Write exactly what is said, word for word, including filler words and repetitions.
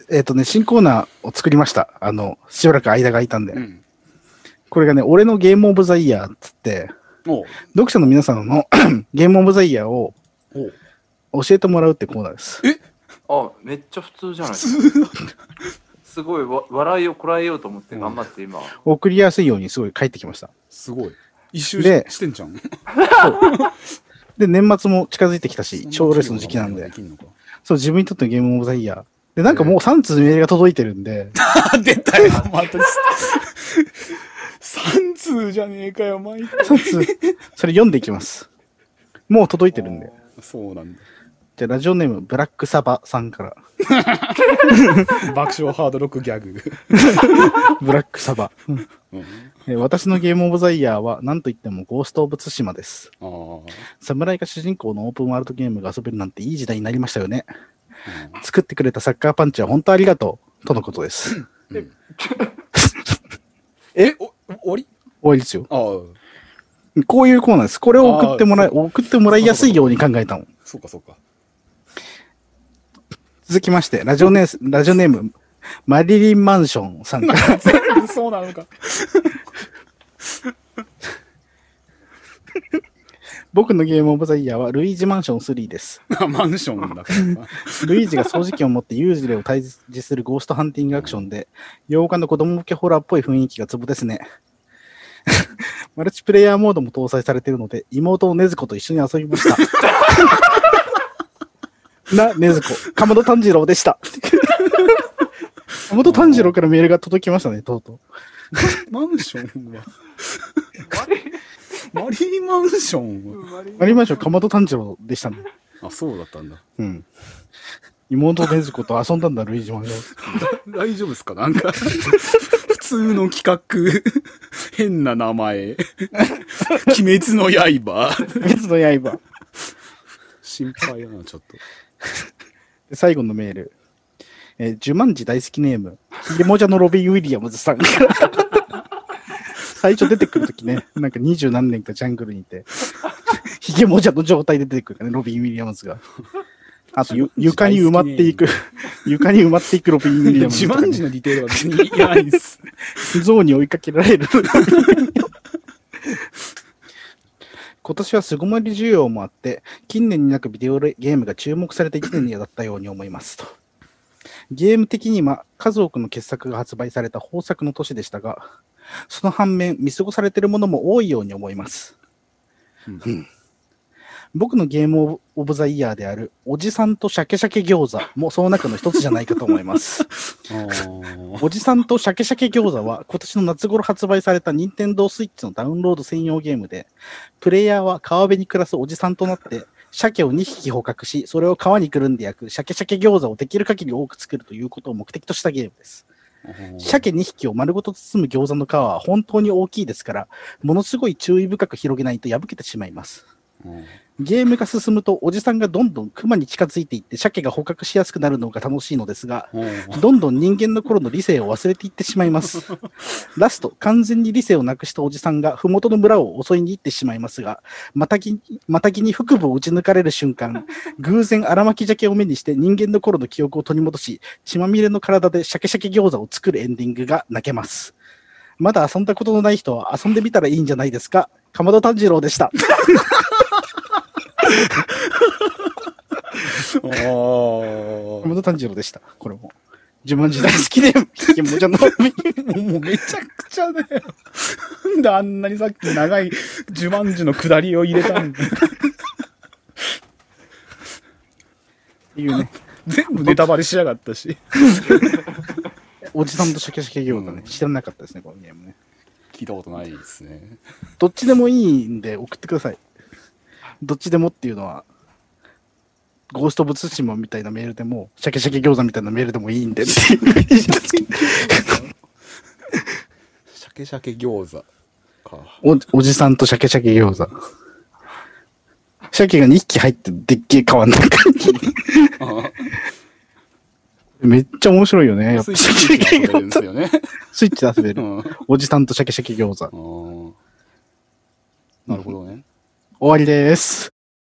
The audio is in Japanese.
えっ、ー、とね、新コーナーを作りました。あの、しばらく間が空いたんで。うん、これがね、俺のゲームオブザイヤーっつって、読者の皆さんのゲームオブザイヤーを教えてもらうってコーナーです。 えあ、めっちゃ普通じゃないですか。すごいわ笑いをこらえようと思って頑張って今、うん、 送りやすいようにすごい書いてきました。 すごい。一周 し, してんじゃん。 で、年末も近づいてきたし、賞レースの時期なんで。そう、自分にとってのゲームオブザイヤー。で、なんかもうさん通メールが届いてるんで。 出たよ、また。さん通じゃねえかよ、毎回。 さん通。それ読んでいきます。もう届いてるんで。 そうなんだ。 じゃあ、ラジオネーム、ブラックサバさんから。 爆笑ハードロックギャグ。 ブラックサバ。うんうん、私のゲームオブザイヤーは何と言ってもゴーストオブツシマです。侍が主人公のオープンワールドゲームが遊べるなんていい時代になりましたよね。うん、作ってくれたサッカーパンチは本当ありがとうとのことです。うん、 えお終わり終わりですよ。あこういうコーナーです。これを送ってもらい送ってもらいやすいように考えたの。 そうかそうか。 続きましてラジオネームラジオネームマリリンマンションさんから。 全部そうなのか。 僕のゲームオブザイヤーはルイージマンションスリーです。 マンションだからな。 ルイージが掃除機を持ってユージレを退治するゴーストハンティングアクションで、洋画の子供向けホラーっぽい雰囲気がツボですね。マルチプレイヤーモードも搭載されているので、妹の禰豆子と一緒に遊びました。な、禰豆子、かまど炭治郎でした。かまど炭治郎からメールが届きましたね、とうとう。 マンションはマリーマンションはマリーマンション、かまど炭治郎でしたね。 あ、そうだったんだ。 うん。妹禰豆子と遊んだんだ、ルイージマンション。大丈夫ですかなんか、普通の企画、変な名前。鬼滅の刃。 鬼滅の刃。 心配だな、ちょっと。 最後のメール。えー、ジュマンジ大好きネーム、ヒゲモジャのロビン・ウィリアムズさん。最初出てくるときね、なんか二十何年かジャングルにいて、ヒゲモジャの状態で出てくるからね、ロビン・ウィリアムズが。あと、床に埋まっていく、床に埋まっていくロビン・ウィリアムズ。 ジュマンジのディテールは別にいらないです。 象に追いかけられる。今年は巣ごもり需要もあって、近年になくビデオゲームが注目されていちねんだったように思いますと。ゲーム的には数多くの傑作が発売された豊作の年でしたが、その反面見過ごされているものも多いように思います。うんうん、僕のゲームオブザイヤーであるおじさんとシャケシャケ餃子もその中の一つじゃないかと思います。おじさんとシャケシャケ餃子は今年の夏頃発売された任天堂スイッチのダウンロード専用ゲームで、プレイヤーは川辺に暮らすおじさんとなって鮭をにひき捕獲し、それを皮にくるんで焼くシャケシャケ餃子をできる限り多く作るということを目的としたゲームです。鮭にひきを丸ごと包む餃子の皮は本当に大きいですから、ものすごい注意深く広げないと破けてしまいます。ゲームが進むとおじさんがどんどんクマに近づいていって鮭が捕獲しやすくなるのが楽しいのですが、どんどん人間の頃の理性を忘れていってしまいます。ラスト、完全に理性をなくしたおじさんが麓の村を襲いに行ってしまいますが、またぎ、またぎに腹部を打ち抜かれる瞬間、偶然荒巻鮭を目にして人間の頃の記憶を取り戻し、血まみれの体でシャケシャケ餃子を作るエンディングが泣けます。まだ遊んだことのない人は遊んでみたらいいんじゃないですか。かまど炭治郎でした。かまど炭治郎でした。これも。呪文時代好きで、もうじゃのもうめちゃくちゃだよ。なんであんなにさっき長い呪文字の下りを入れたんだ。 いうね。 全部ネタバレしやがったし。 おじさんとシャケシャケ餃子ね、知らなかったですね、このゲームね。 聞いたことないですね。 どっちでもいいんで送ってください。どっちでもっていうのは、ゴースト・オブ・ツシマみたいなメールでも、シャケシャケ餃子みたいなメールでもいいんでっていう。シャケシャケ餃子か。 お、おじさんとシャケシャケ餃子。鮭がにひき入ってでっけえ皮の中に。めっちゃ面白いよね。やっぱスイッチで遊べるんですよね。 スイッチで遊べる。うん、おじさんとシャケシャケ餃子。 なるほどね。 終わりです。